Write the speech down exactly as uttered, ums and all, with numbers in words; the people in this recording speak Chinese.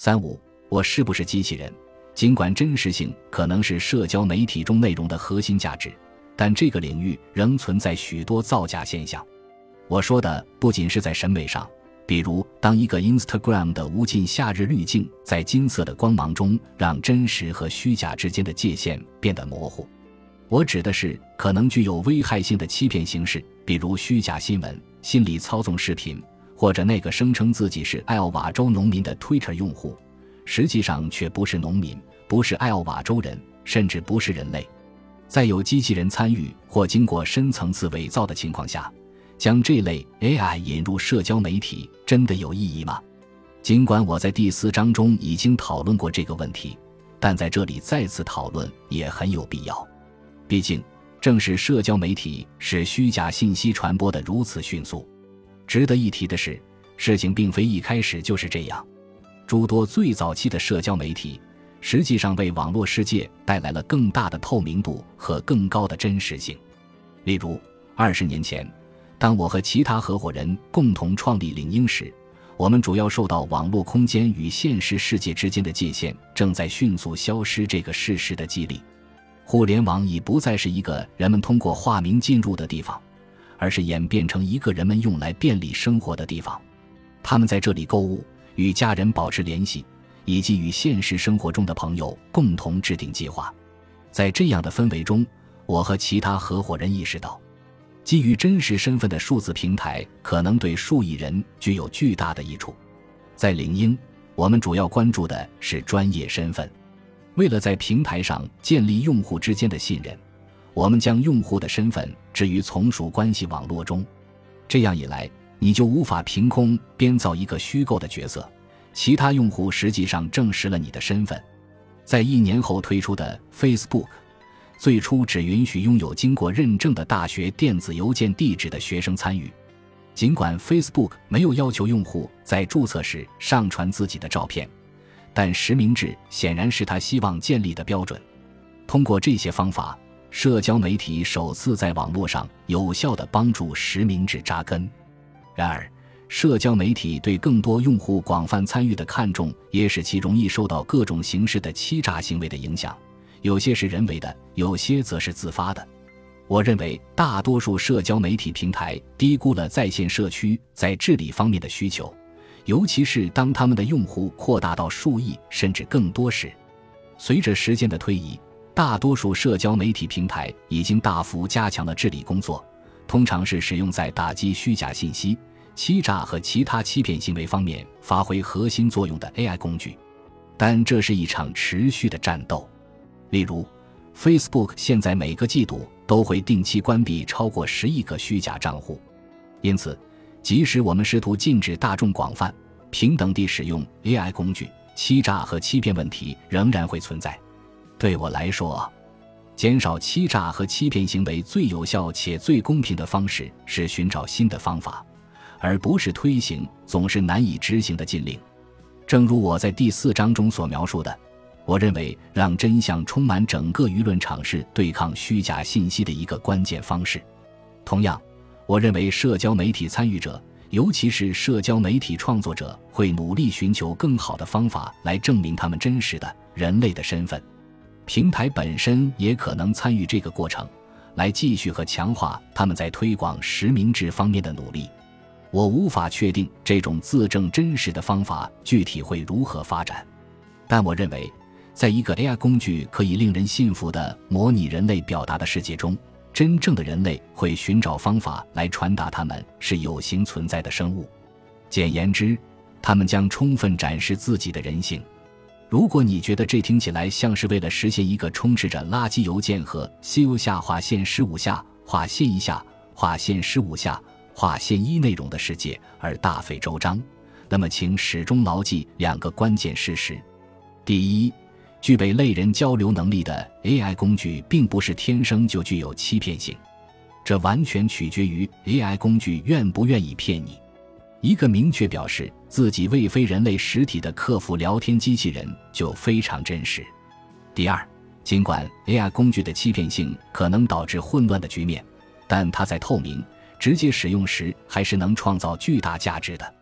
三五，我是不是机器人？尽管真实性可能是社交媒体中内容的核心价值，但这个领域仍存在许多造假现象。我说的不仅是在审美上，比如当一个 Instagram 的无尽夏日滤镜在金色的光芒中让真实和虚假之间的界限变得模糊。我指的是可能具有危害性的欺骗形式，比如虚假新闻、心理操纵视频，或者那个声称自己是艾奥瓦州农民的 Twitter 用户，实际上却不是农民，不是艾奥瓦州人，甚至不是人类。在有机器人参与或经过深层次伪造的情况下，将这类 A I 引入社交媒体真的有意义吗？尽管我在第四章中已经讨论过这个问题，但在这里再次讨论也很有必要。毕竟正是社交媒体使虚假信息传播得如此迅速。值得一提的是，事情并非一开始就是这样。诸多最早期的社交媒体实际上为网络世界带来了更大的透明度和更高的真实性。例如二十年前，当我和其他合伙人共同创立领英时，我们主要受到网络空间与现实世界之间的界限正在迅速消失这个事实的激励。互联网已不再是一个人们通过化名进入的地方，而是演变成一个人们用来便利生活的地方。他们在这里购物，与家人保持联系，以及与现实生活中的朋友共同制定计划。在这样的氛围中，我和其他合伙人意识到，基于真实身份的数字平台可能对数亿人具有巨大的益处。在领英，我们主要关注的是专业身份。为了在平台上建立用户之间的信任，我们将用户的身份置于从属关系网络中。这样一来，你就无法凭空编造一个虚构的角色，其他用户实际上证实了你的身份。在一年后推出的 Facebook， 最初只允许拥有经过认证的大学电子邮件地址的学生参与。尽管 Facebook 没有要求用户在注册时上传自己的照片，但实名制显然是他希望建立的标准。通过这些方法，社交媒体首次在网络上有效地帮助实名制扎根。然而，社交媒体对更多用户广泛参与的看重也使其容易受到各种形式的欺诈行为的影响，有些是人为的，有些则是自发的。我认为大多数社交媒体平台低估了在线社区在治理方面的需求，尤其是当他们的用户扩大到数亿甚至更多时。随着时间的推移，大多数社交媒体平台已经大幅加强了治理工作，通常是使用在打击虚假信息、欺诈和其他欺骗行为方面发挥核心作用的 A I 工具。但这是一场持续的战斗。例如 Facebook 现在每个季度都会定期关闭超过十亿个虚假账户。因此，即使我们试图禁止大众广泛、平等地使用 A I 工具，欺诈和欺骗问题仍然会存在。对我来说，减少欺诈和欺骗行为最有效且最公平的方式是寻找新的方法，而不是推行总是难以执行的禁令。正如我在第四章中所描述的，我认为让真相充满整个舆论场是对抗虚假信息的一个关键方式。同样，我认为社交媒体参与者，尤其是社交媒体创作者，会努力寻求更好的方法来证明他们真实的人类的身份。平台本身也可能参与这个过程，来继续和强化他们在推广实名制方面的努力。我无法确定这种自证真实的方法具体会如何发展，但我认为在一个 A I 工具可以令人信服的模拟人类表达的世界中，真正的人类会寻找方法来传达他们是有形存在的生物。简言之，他们将充分展示自己的人性。如果你觉得这听起来像是为了实现一个充斥着垃圾邮件和 C U 下划线十五下划线一下划线十五下划线一内容的世界而大费周章，那么请始终牢记两个关键事实。第一，具备类人交流能力的 A I 工具并不是天生就具有欺骗性，这完全取决于 A I 工具愿不愿意骗你。一个明确表示自己为非人类实体的客服聊天机器人就非常真实。第二，尽管 A I 工具的欺骗性可能导致混乱的局面，但它在透明、直接使用时还是能创造巨大价值的。